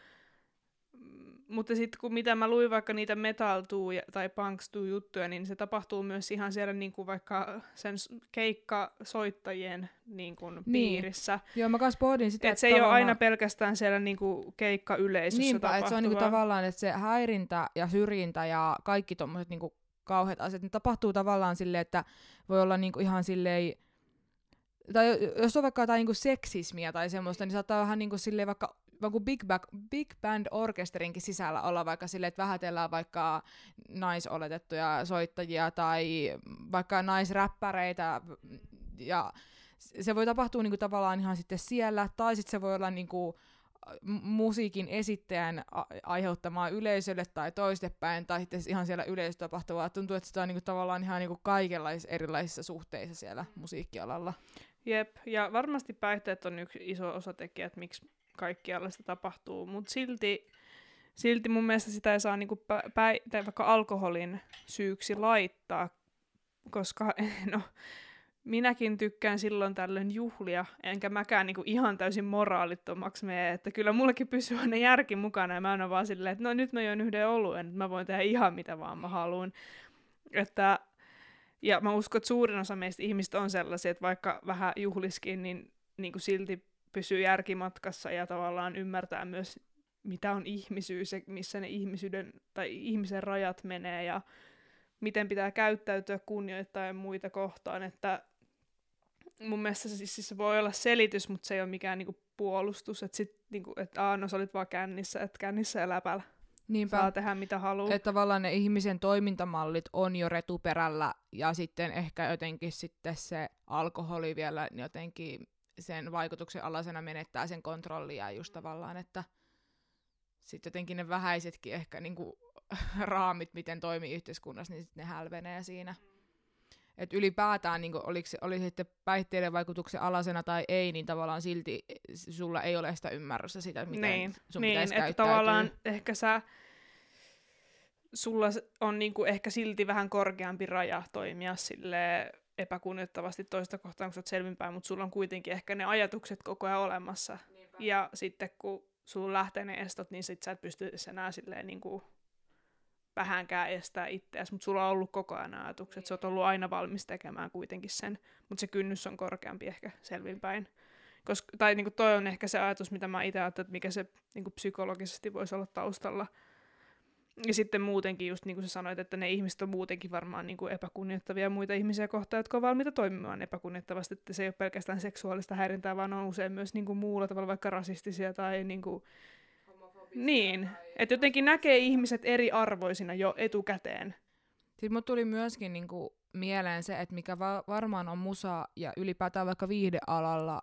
Mutta sitten mitä mä luin vaikka niitä Metal 2 tai Punks 2 juttuja, niin se tapahtuu myös ihan siellä niin kuin vaikka sen keikkasoittajien niin kuin piirissä. Joo, mä kans pohdin sitä, että se ei ole aina pelkästään siellä niin kuin keikkayleisössä tapahtuvaa. Että se on niin kuin tavallaan, että se häirintä ja syrjintä ja kaikki tommoset niin kuin kauheat asiat, ne tapahtuu tavallaan silleen, että voi olla niin kuin ihan silleen, tai jos on vaikka jotain niin kuin seksismiä tai semmoista, niin saattaa vähän niin kuin silleen vaikka Big Band orkesterinkin sisällä olla vaikka silleen, että vähätellään vaikka naisoletettuja soittajia tai vaikka naisräppäreitä, ja se voi tapahtua niinku tavallaan ihan sitten siellä, tai sitten se voi olla niinku musiikin esittäjän aiheuttamaa yleisölle tai toistepäin, tai sitten ihan siellä yleisössä tapahtuvaa. Tuntuu, että sitä on niinku tavallaan ihan niinku kaikenlaisissa erilaisissa suhteissa siellä musiikkialalla. Jep, ja varmasti päihteet on yksi iso osatekijä, että miksi kaikkialla sitä tapahtuu, mutta silti mun mielestä sitä ei saa niinku tai vaikka alkoholin syyksi laittaa, koska minäkin tykkään silloin tällöin juhlia, enkä mäkään niinku ihan täysin moraalittomaksi mene, että kyllä mullekin pysyy aina järki mukana, ja mä aina vaan silleen, että no nyt mä join yhden oluen, että mä voin tehdä ihan mitä vaan mä haluan. Että Ja mä uskon, että suurin osa meistä ihmistä on sellaisia, että vaikka vähän juhliskin, niin kuin silti pysyy järkimatkassa ja tavallaan ymmärtää myös, mitä on ihmisyys ja missä ne ihmisyyden tai ihmisen rajat menee ja miten pitää käyttäytyä kunnioittaen muita kohtaan. Että mun mielestä se voi olla selitys, mutta se ei ole mikään niinku puolustus. Että niinku, no sä olit vaan kännissä, että kännissä ja läpällä. Niinpä. Saa tehdä mitä haluaa. Että tavallaan ne ihmisen toimintamallit on jo retuperällä ja sitten ehkä jotenkin sitten se alkoholi vielä jotenkin sen vaikutuksen alasena menettää sen kontrollia ja just tavallaan, että sitten jotenkin ne vähäisetkin ehkä niinku raamit, miten toimii yhteiskunnassa, niin ne hälvenee siinä. Että ylipäätään, niin oli sitten päihteiden vaikutuksen alasena tai ei, niin tavallaan silti sulla ei ole sitä ymmärrystä siitä, miten sun pitäisi käyttäytyä. Että tavallaan ehkä sulla on niinku ehkä silti vähän korkeampi raja toimia silleen epäkunnioittavasti toista kohtaan, kun sä oot selvinpäin, mutta sulla on kuitenkin ehkä ne ajatukset koko ajan olemassa. Niinpä. Ja sitten kun sulla lähtee ne estot, niin sit sä et pysty enää silleen niinku vähänkään estää itseäsi, mutta sulla on ollut koko ajan ajatukset. Niin. Sä oot ollut aina valmis tekemään kuitenkin sen, mutta se kynnys on korkeampi ehkä selvinpäin. Tai niinku toi on ehkä se ajatus, mitä mä itse ajattelen, että mikä se niinku psykologisesti voisi olla taustalla. Ja sitten muutenkin, just niin kuin sä sanoit, että ne ihmiset on muutenkin varmaan niin kuin epäkunnioittavia muita ihmisiä kohtaan, jotka on valmiita toimimaan epäkunnioittavasti. Että se ei ole pelkästään seksuaalista häirintää, vaan on usein myös niin kuin muulla tavalla vaikka rasistisia tai niin kuin niin, että jotenkin näkee ihmiset eri arvoisina jo etukäteen. Sitten mut tuli myöskin niinku mieleen se, että mikä varmaan on musa ja ylipäätään vaikka viihdealalla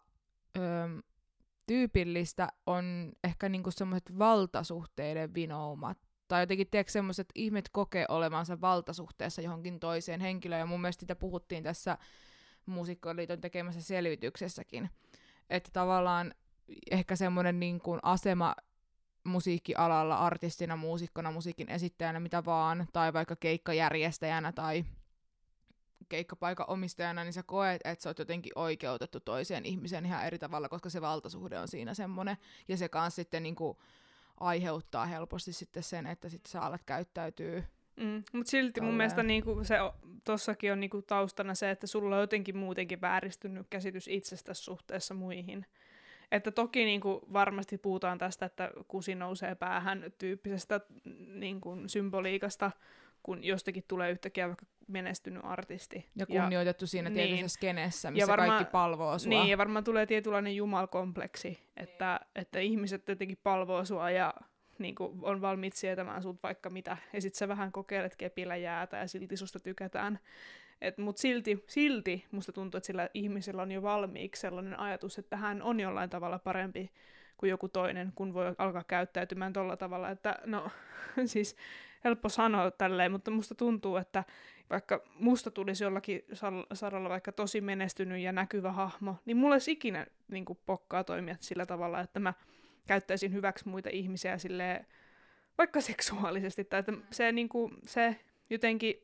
tyypillistä, on ehkä niinku semmoiset valtasuhteiden vinoumat. Tai jotenkin semmoiset, että ihmiset kokee olevansa valtasuhteessa johonkin toiseen henkilöön. Ja mun mielestä sitä puhuttiin tässä Muusikkojen tekemässä selvityksessäkin. Että tavallaan ehkä semmoinen niin kuin asema musiikkialalla, artistina, muusikkona, musiikin esittäjänä, mitä vaan, tai vaikka keikkajärjestäjänä tai keikkapaikan omistajana, niin sä koet, että sä oot jotenkin oikeutettu toiseen ihmiseen ihan eri tavalla, koska se valtasuhde on siinä semmoinen. Ja se kanssa sitten niinku aiheuttaa helposti sitten sen, että sit sä alat käyttäytyy. Mutta silti mun mielestä niinku se tossakin on niinku taustana se, että sulla on jotenkin muutenkin vääristynyt käsitys itsestäsi suhteessa muihin. Että toki niinku varmasti puhutaan tästä, että kusi nousee päähän tyyppisestä niinku symboliikasta, kun jostakin tulee yhtäkkiä vaikka menestynyt artisti. Ja kunnioitettu siinä tietyssä skeneessä, missä kaikki palvoo sua. Niin, ja varmaan tulee tietynlainen jumalkompleksi, että ihmiset jotenkin palvoo sua ja niinku on valmiit sietämään sut vaikka mitä. Ja sit sä vähän kokeilet kepillä jäätä ja silti susta tykätään. Mutta silti musta tuntuu, että sillä ihmisellä on jo valmiiksi sellainen ajatus, että hän on jollain tavalla parempi kuin joku toinen, kun voi alkaa käyttäytymään tolla tavalla. Että no, siis helppo sanoa tälleen, mutta musta tuntuu, että vaikka musta tulisi jollakin saralla vaikka tosi menestynyt ja näkyvä hahmo, niin mulla olisi ikinä niin kuin pokkaa toimia sillä tavalla, että mä käyttäisin hyväksi muita ihmisiä silleen, vaikka seksuaalisesti. Tai että se jotenkin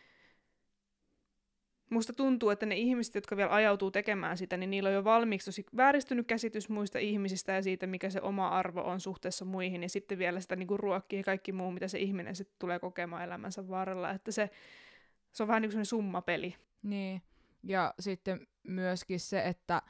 musta tuntuu, että ne ihmiset, jotka vielä ajautuu tekemään sitä, niin niillä on jo valmiiksi tosi vääristynyt käsitys muista ihmisistä ja siitä, mikä se oma arvo on suhteessa muihin. Ja sitten vielä sitä niinku ruokkii ja kaikki muu, mitä se ihminen sitten tulee kokemaan elämänsä varrella. Että se on vähän niin kuin summapeli. Niin, ja sitten myöskin se, että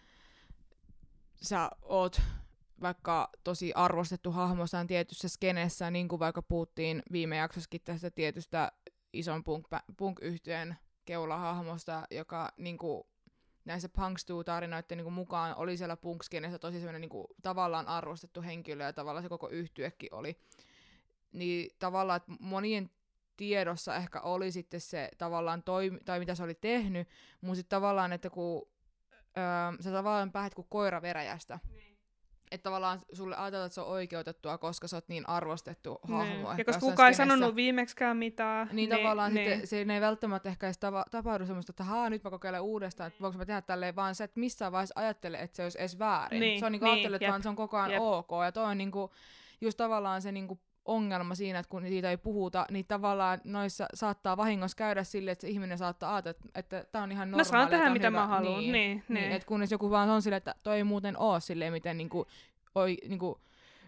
sä oot vaikka tosi arvostettu hahmossaan tietyssä skeneessä, niin kuin vaikka puhuttiin viime jaksossakin tästä tietystä ison punk-yhtyeen keulahahmosta, joka niinku näissä Punks-tarinoiden niinku mukaan oli siellä punk-skenessä tosi sellainen niinku tavallaan arvostettu henkilö ja tavallaan se koko yhtyekin oli. Niin tavallaan, että monien tiedossa ehkä oli sitten se tavallaan tai mitä se oli tehnyt, mutta sitten tavallaan, että kun sä tavallaan päähet kuin koira veräjästä. Että tavallaan sulle ajatellaan, että se on oikeutettua, koska sä oot niin arvostettu hahmo. Ja koska kukaan ei sanonut viimeksikään mitään. Niin tavallaan sitten se ei välttämättä ehkä edes tapahdu semmoista, että nyt mä kokeilen uudestaan, että voinko mä tehdä tälleen, vaan se, että missään vaiheessa ajattele, että se olisi edes väärin. Se on niinku ajattelee, että vaan se on koko ajan ok. Ja toi on niinku, just tavallaan se niinku ongelma siinä, että kun siitä ei puhuta, niin tavallaan noissa saattaa vahingossa käydä silleen, että se ihminen saattaa ajatella, että tää on ihan normaalia. Mä saan tehdä mitä mä haluan. Niin. Että kunnes joku vaan on silleen, että toi ei muuten oo silleen, miten niinku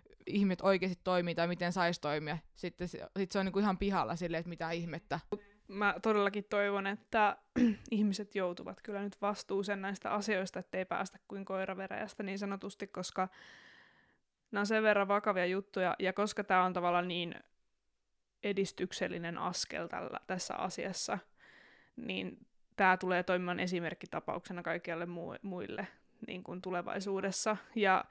ihmiset oikeasti toimii tai miten saisi toimia. Sitten se on niinku ihan pihalla silleen, että mitä ihmettä. mä todellakin toivon, että ihmiset joutuvat kyllä nyt vastuuseen näistä asioista, ettei päästä kuin koiraveräjästä niin sanotusti, koska nämä on sen verran vakavia juttuja, ja koska tämä on tavallaan niin edistyksellinen askel tässä asiassa, niin tämä tulee toimimaan esimerkkitapauksena kaikille muille niin kuin tulevaisuudessa. Ja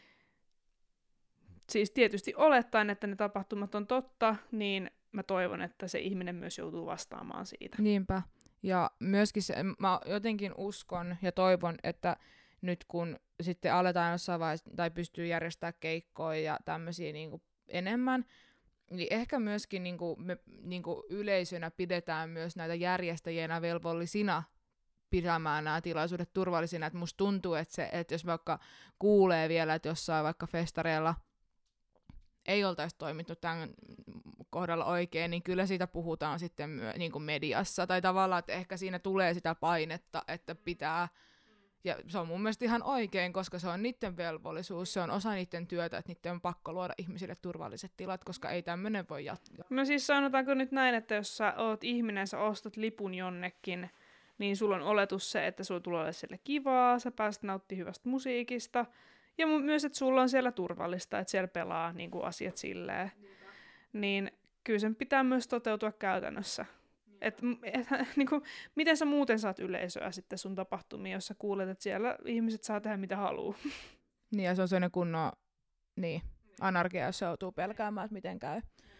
siis tietysti olettaen, että ne tapahtumat on totta, niin mä toivon, että se ihminen myös joutuu vastaamaan siitä. Niinpä. Ja myöskin mä jotenkin uskon ja toivon, että nyt kun sitten aletaan jossain vaiheessa tai pystyy järjestämään keikkoja ja tämmöisiä niinku enemmän, niin ehkä myöskin me yleisönä pidetään myös näitä järjestäjänä velvollisina pitämään nämä tilaisuudet turvallisina. Et musta tuntuu, että jos vaikka kuulee vielä, että jossain vaikka festareilla ei oltaisi toimittu tämän kohdalla oikein, niin kyllä siitä puhutaan sitten niin mediassa. Tai tavallaan, että ehkä siinä tulee sitä painetta, että pitää. Ja se on mun mielestä ihan oikein, koska se on niiden velvollisuus, se on osa niiden työtä, että niiden on pakko luoda ihmisille turvalliset tilat, koska ei tämmöinen voi jatkaa. No siis sanotaanko nyt näin, että jos sä oot ihminen, sä ostat lipun jonnekin, niin sulla on oletus se, että sulla tulee siellä kivaa, sä pääset nauttimaan hyvästä musiikista, ja myös, että sulla on siellä turvallista, että siellä pelaa niin kuin asiat silleen. Niin kyllä sen pitää myös toteutua käytännössä. Niin kuin, miten sä muuten saat yleisöä sitten sun tapahtumiin, jos sä kuulet, että siellä ihmiset saa tehdä mitä haluaa. Niin, ja se on sellainen kunnon anarkia, jos se joutuu pelkäämään, että miten käy.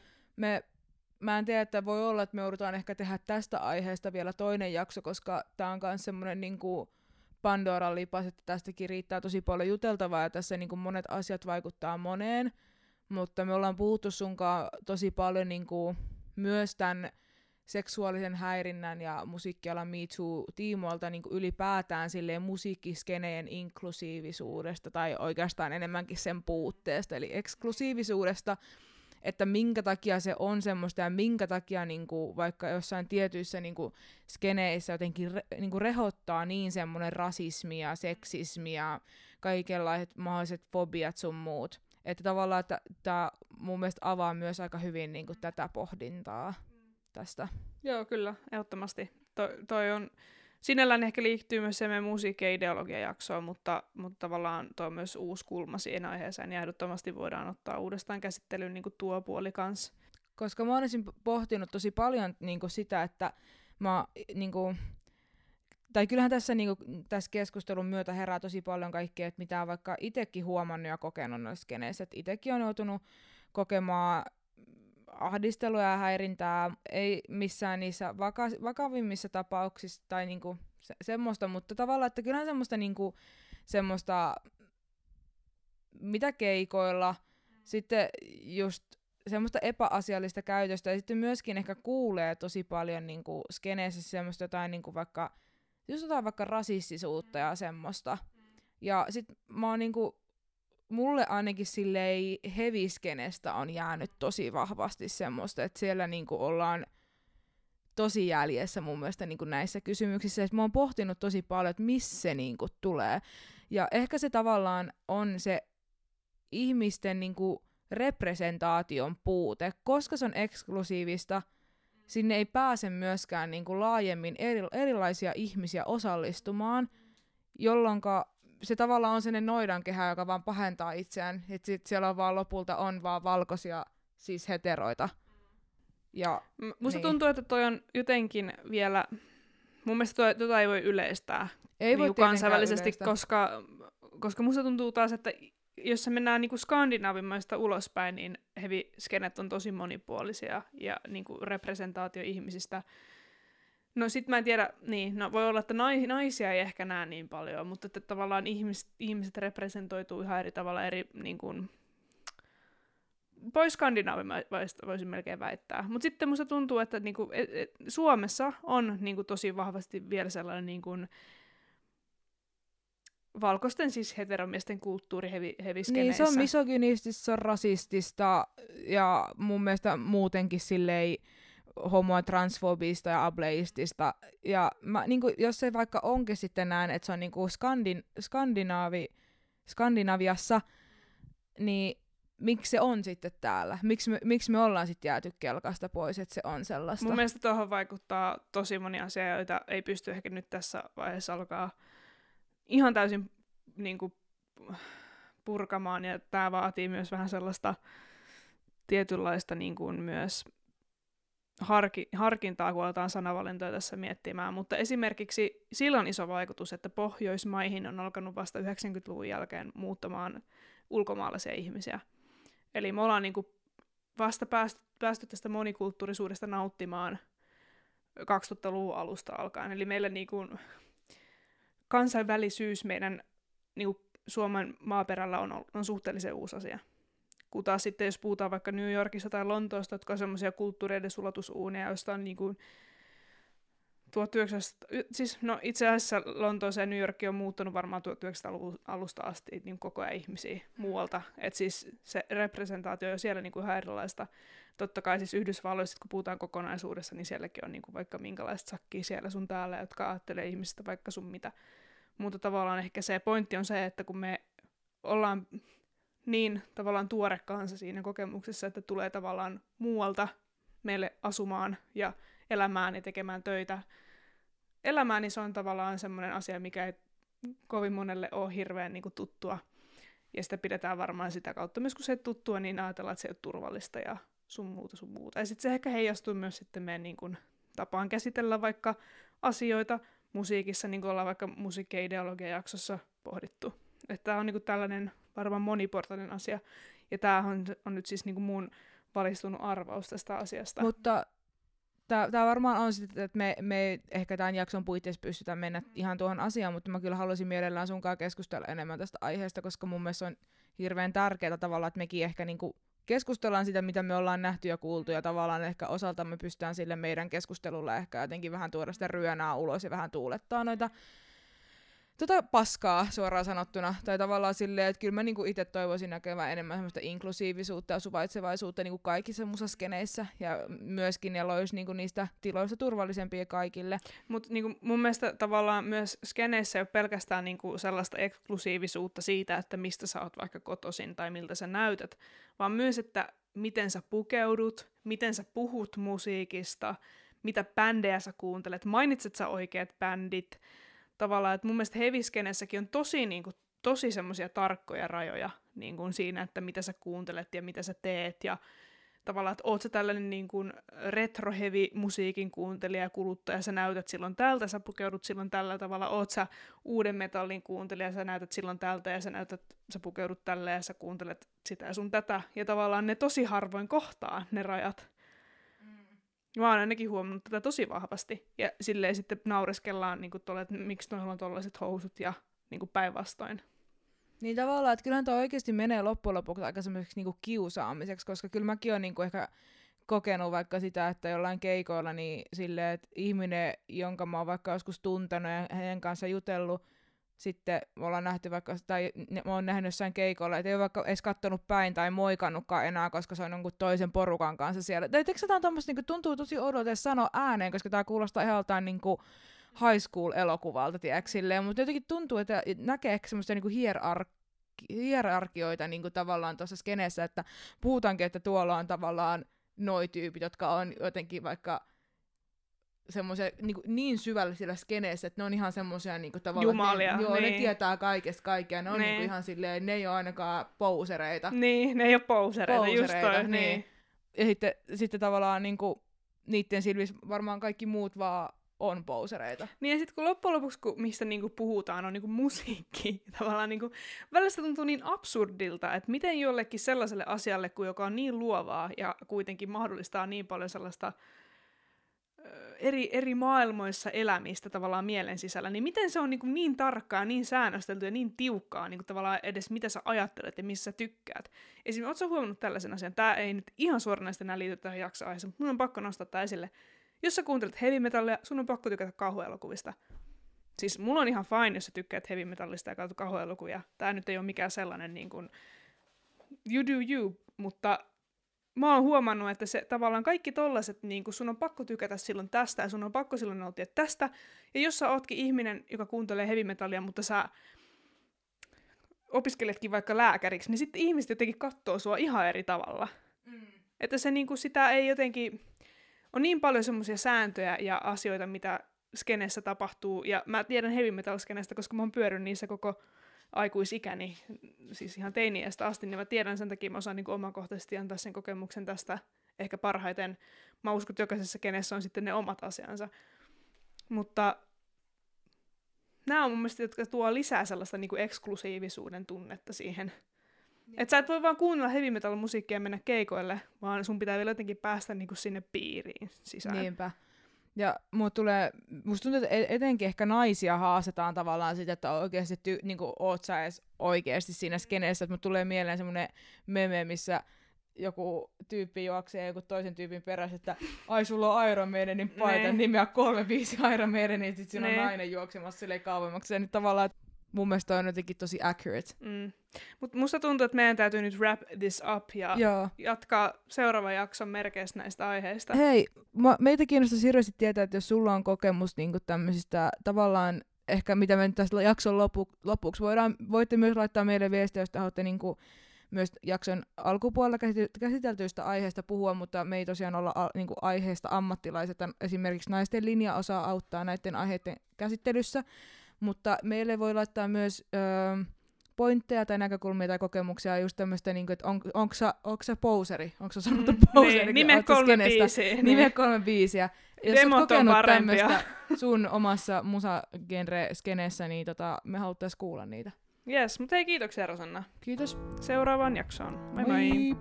Mä en tiedä, että voi olla, että me joudutaan ehkä tehdä tästä aiheesta vielä toinen jakso, koska tää on myös semmoinen niinku Pandoran lipas, että tästäkin riittää tosi paljon juteltavaa, ja tässä niinku monet asiat vaikuttaa moneen, mutta me ollaan puhuttu sunkaan tosi paljon niinku myös tämän seksuaalisen häirinnän ja musiikkialan Me Too-tiimoilta niin ylipäätään silleen musiikkiskeneen inklusiivisuudesta tai oikeastaan enemmänkin sen puutteesta, eli eksklusiivisuudesta, että minkä takia se on semmoista ja minkä takia niin kuin, vaikka jossain tietyissä niin kuin, skeneissä jotenkin niin kuin rehottaa niin semmoinen rasismi ja seksismi ja kaikenlaiset mahdolliset fobiat sun muut. Että tavallaan tämä mun mielestä avaa myös aika hyvin niin kuin, tätä pohdintaa tästä. Joo, kyllä, ehdottomasti. Toi on, sinällään ehkä liittyy myös se meidän musiikki- ja ideologia-jaksoon, mutta tavallaan tuo on myös uusi kulma siihen aiheeseen, ja ehdottomasti voidaan ottaa uudestaan käsittelyyn niin kuin tuo puoli kanssa. Koska mä olisin pohtinut tosi paljon niin kuin sitä, että mä niin kuin, tai kyllähän tässä, niin kuin, tässä keskustelun myötä herää tosi paljon kaikkea, että mitä on vaikka itsekin huomannut ja kokenut noissa skeneissä, että itsekin on joutunut kokemaan ahdistelua ja häirintää, ei missään niissä vakavimmissa tapauksissa tai niinku semmoista, mutta tavallaan, että kyllähän semmoista, niinku, semmoista mitä keikoilla, sitten just semmoista epäasiallista käytöstä, ja sitten myöskin ehkä kuulee tosi paljon niinku skeneessä semmoista jotain niinku vaikka rasistisuutta ja semmoista. Ja sit mä oon niinku mulle ainakin silleen heavy-skenestä on jäänyt tosi vahvasti semmoista, että siellä niinku ollaan tosi jäljessä mun mielestä niinku näissä kysymyksissä. Et mä oon pohtinut tosi paljon, että missä se niinku tulee. Ja ehkä se tavallaan on se ihmisten niinku representaation puute, koska se on eksklusiivista, sinne ei pääse myöskään niinku laajemmin erilaisia ihmisiä osallistumaan, jolloinka se tavallaan on sellainen noidankehä, joka vaan pahentaa itseään, että sit siellä on vaan lopulta on vaan valkoisia siis heteroita. Ja, musta tuntuu, että toi on jotenkin vielä, mun mielestä tota ei voi yleistää ei voi kansainvälisesti, yleistä. koska musta tuntuu taas, että jos se mennään niinku skandinaavimaista ulospäin, niin heavy-skenet on tosi monipuolisia ja niinku representaatio ihmisistä. No sit mä en tiedä, niin, no voi olla, että naisia ei ehkä näe niin paljon, mutta että tavallaan ihmiset representoituu ihan eri tavalla eri, niin kuin, pois skandinaavimaista voisin melkein väittää. Mutta sitten musta tuntuu, että niin kuin, Suomessa on niin kuin, tosi vahvasti vielä sellainen niin kuin, valkoisten siis heteromiesten kulttuuri heviskeneissä. Niin, se on misogynistista, se on rasistista ja mun mielestä muutenkin silleen homo- ja transfobista ja ableistista. Ja mä, niin kuin, jos se vaikka onkin sitten näin, että se on niin kuin Skandinaviassa, niin miksi se on sitten täällä? Miksi me ollaan sitten jääty kelkasta pois, että se on sellaista? Mun mielestä tuohon vaikuttaa tosi moni asia, joita ei pysty ehkä nyt tässä vaiheessa alkaa ihan täysin niin kuin, purkamaan, ja tämä vaatii myös vähän sellaista tietynlaista niin kuin myös harkintaa, kun aletaan sanavalintoja tässä miettimään, mutta esimerkiksi sillä on iso vaikutus, että Pohjoismaihin on alkanut vasta 90-luvun jälkeen muuttamaan ulkomaalaisia ihmisiä. Eli me ollaan niinku vasta päästy tästä monikulttuurisuudesta nauttimaan 2000-luvun alusta alkaen. Eli meillä niinku kansainvälisyys meidän niinku Suomen maaperällä on suhteellisen uusi asia. Kun taas sitten, jos puhutaan vaikka New Yorkista tai Lontoosta, jotka on semmoisia kulttuureiden sulatusuuneja, joista on niin kuin 1900, siis no itse asiassa Lontoossa ja New York on muuttunut varmaan 1900-luvun alusta asti niin koko ajan ihmisiä muualta. Että siis se representaatio on siellä niin kuin ihan erilaista. Totta kai siis Yhdysvalloissa, kun puhutaan kokonaisuudessa, niin sielläkin on niin kuin vaikka minkälaista sakkia siellä sun täällä, jotka ajattelee ihmisistä vaikka sun mitä. Mutta tavallaan ehkä se pointti on se, että kun me ollaan niin tavallaan tuore kansa siinä kokemuksessa, että tulee tavallaan muualta meille asumaan ja elämään ja tekemään töitä elämään, niin se on tavallaan semmoinen asia, mikä ei kovin monelle ole hirveän niin kuin tuttua. Ja sitä pidetään varmaan sitä kautta. Myös kun se ei tuttua, niin ajatellaan, että se ei ole turvallista ja sun muuta. Ja sitten se ehkä heijastuu myös sitten meidän niin kuin tapaan käsitellä vaikka asioita musiikissa, niin kuin ollaan vaikka musiikkeideologia-jaksossa pohdittu. Että tämä on niin kuin tällainen varmaan moniportainen asia. Ja tämähän on nyt siis niin kuin mun valistunut arvaus tästä asiasta. Mutta tämä varmaan on sitten, että me ei ehkä tämän jakson puitteissa pystytään mennä ihan tuohon asiaan, mutta mä kyllä haluaisin mielellään sunkaan keskustella enemmän tästä aiheesta, koska mun mielestä on hirveän tärkeää tavallaan, että mekin ehkä niinku keskustellaan sitä, mitä me ollaan nähty ja kuultu, ja tavallaan ehkä osaltamme pystytään sille meidän keskustelulla ehkä jotenkin vähän tuoda sitä ryönää ulos ja vähän tuulettaa noita paskaa suoraan sanottuna. Tai tavallaan silleen, että kyllä mä niinku itse toivoisin näkevän enemmän semmoista inklusiivisuutta ja suvaitsevaisuutta niinku kaikissa musaskeneissä. Ja myöskin ne loisi niinku niistä tiloista turvallisempia kaikille. Mutta niinku mun mielestä tavallaan myös skeneissä ei ole pelkästään niinku sellaista eksklusiivisuutta siitä, että mistä sä oot vaikka kotoisin tai miltä sä näytät, vaan myös, että miten sä pukeudut, miten sä puhut musiikista, mitä bändejä sä kuuntelet, mainitset sä oikeat bändit. Tavallaan, että mun mielestä heavy-skenessäkin on tosi semmoisia tarkkoja rajoja niin kuin siinä, että mitä sä kuuntelet ja mitä sä teet. Ja tavallaan, että oot sä tällainen niin kuin retro-heavy-musiikin kuuntelija ja kuluttaja, sä näytät silloin tältä, sä pukeudut silloin tällä tavalla. Oot sä uuden metallin kuuntelija, sä näytät silloin tältä ja sä pukeudut tällä ja sä kuuntelet sitä ja sun tätä. Ja tavallaan ne tosi harvoin kohtaa ne rajat. Mä oon ainakin huomannut tätä tosi vahvasti. Ja silleen sitten naureskellaan, niin että miksi noilla on tollaiset housut ja niin päinvastoin. Niin tavallaan, että kyllähän toi oikeasti menee loppujen lopuksi aika semmoiseksi niin kiusaamiseksi, koska kyllä mäkin oon niin ehkä kokenut vaikka sitä, että jollain keikoilla niin silleen, että ihminen, jonka mä oon vaikka joskus tuntenut ja heidän kanssa jutellut, sitten me ollaan nähty vaikka, tai mä oon nähnyt jossain keikolla, että ei ole vaikka edes kattonut päin tai moikannutkaan enää, koska se on jonkun toisen porukan kanssa siellä. Tai eikö tämä tommoista, niin tuntuu tosi odote sanoa ääneen, koska tämä kuulostaa ihan joltain niin high school-elokuvalta, tiedätkö silleen, mutta jotenkin tuntuu, että näkee ehkä semmoista niin hierarkioita niin tavallaan tuossa skeneessä, että puhutaankin, että tuolla on tavallaan noi tyypit, jotka on jotenkin vaikka semmoisia niin syvällä siellä skeneessä, että ne on ihan semmoisia niinku tavallaan jumalia, ne tietää kaikesta kaikkea, ne on niinku ihan silleen, ne ei ole ainakaan pousereita. Niin, ne ei ole pousereita just toi, niin. Ja sitten tavallaan niinku niiden silmissä varmaan kaikki muut vaan on pousereita. Niin ja sitten kun loppujen lopuksi, mistä niinku puhutaan, on niinku musiikki. Tavallaan niinku, välillä se tuntuu niin absurdilta, että miten jollekin sellaiselle asialle, joka on niin luovaa ja kuitenkin mahdollistaa niin paljon sellaista eri maailmoissa elämistä tavallaan mielen sisällä, niin miten se on niin tarkkaa, niin säännöstelty ja niin tiukkaa niin tavallaan edes mitä sä ajattelet ja missä sä tykkäät. Esimerkiksi ootko sä huomannut tällaisen asian? Tää ei nyt ihan suoranaisesti enää liity tähän jaksoaiheeseen, mutta mun on pakko nostaa tää esille. Jos sä kuuntelet heavy metallia, sun on pakko tykätä kauhuelokuvista. Siis mulla on ihan fine, jos sä tykkäät heavy metallista ja katsot kauhuelokuvia. Tää nyt ei ole mikään sellainen niin kuin you do you, mutta mä oon huomannut, että se tavallaan kaikki tollaset, niin kun sun on pakko tykätä silloin tästä ja sun on pakko silloin nauttia tästä. Ja jos sä ootkin ihminen, joka kuuntelee heavy metallia, mutta sä opiskeletkin vaikka lääkäriksi, niin sitten ihmiset jotenkin katsoo sua ihan eri tavalla. Että se niinku sitä ei jotenkin... On niin paljon semmoisia sääntöjä ja asioita, mitä skenessä tapahtuu, ja mä tiedän heavy metal skenestä, koska mä oon pyörinyt niissä koko aikuisikäni, siis ihan teiniästä asti, niin mä tiedän sen takia, mä osaan niin omakohtaisesti antaa sen kokemuksen tästä ehkä parhaiten. Mä uskon, että jokaisessa kenessä on sitten ne omat asiansa. Mutta nämä on mun mielestä, jotka tuo lisää sellaista niin kuin eksklusiivisuuden tunnetta siihen. Että sä et voi vaan kuunnella heavy metal musiikkia ja mennä keikoille, vaan sun pitää vielä jotenkin päästä niin kuin sinne piiriin sisään. Niinpä. Ja musta tuntuu, että etenkin ehkä naisia haastetaan tavallaan sitä, että oikeasti niinku oot sä edes oikeasti siinä skeneessä. Että mut tulee mieleen semmonen meme, missä joku tyyppi juoksee joku toisen tyypin perässä, että ai sulla on Iron Maidenin paita, nimeä 35 Iron Maidenin, ja sit siinä on nainen juoksemassa silleen kauemmaksi. Ja nyt tavallaan mun mielestä on jotenkin tosi accurate. Mutta musta tuntuu, että meidän täytyy nyt wrap this up ja jatkaa seuraavan jakson merkeissä näistä aiheista. Hei, meitä kiinnostaisi hirveästi tietää, että jos sulla on kokemus niinku tämmöisistä tavallaan, ehkä mitä me nyt tästä jakson lopuksi voitte myös laittaa meille viestiä, jos haluatte niinku myös jakson alkupuolella käsiteltyistä aiheista puhua, mutta me ei tosiaan olla niinku aiheesta ammattilaiset. Esimerkiksi Naisten linja osaa auttaa näiden aiheiden käsittelyssä, mutta meille voi laittaa myös pointteja tai näkökulmia tai kokemuksia just tämmöistä, niinku, että onko sä poseri? Onko sä sanottu poseri? Nime 3 biisiä. Nime 3 biisiä. Jos oot kokenut tämmöistä sun omassa musagenre-skeneessä, niin me haluttais kuulla niitä. Jes, mutta hei, kiitoksia Rosanna. Kiitos. Seuraavaan jaksoon. Moi moi.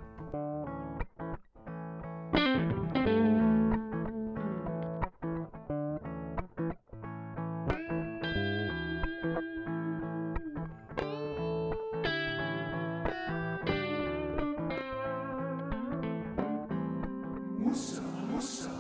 Musa.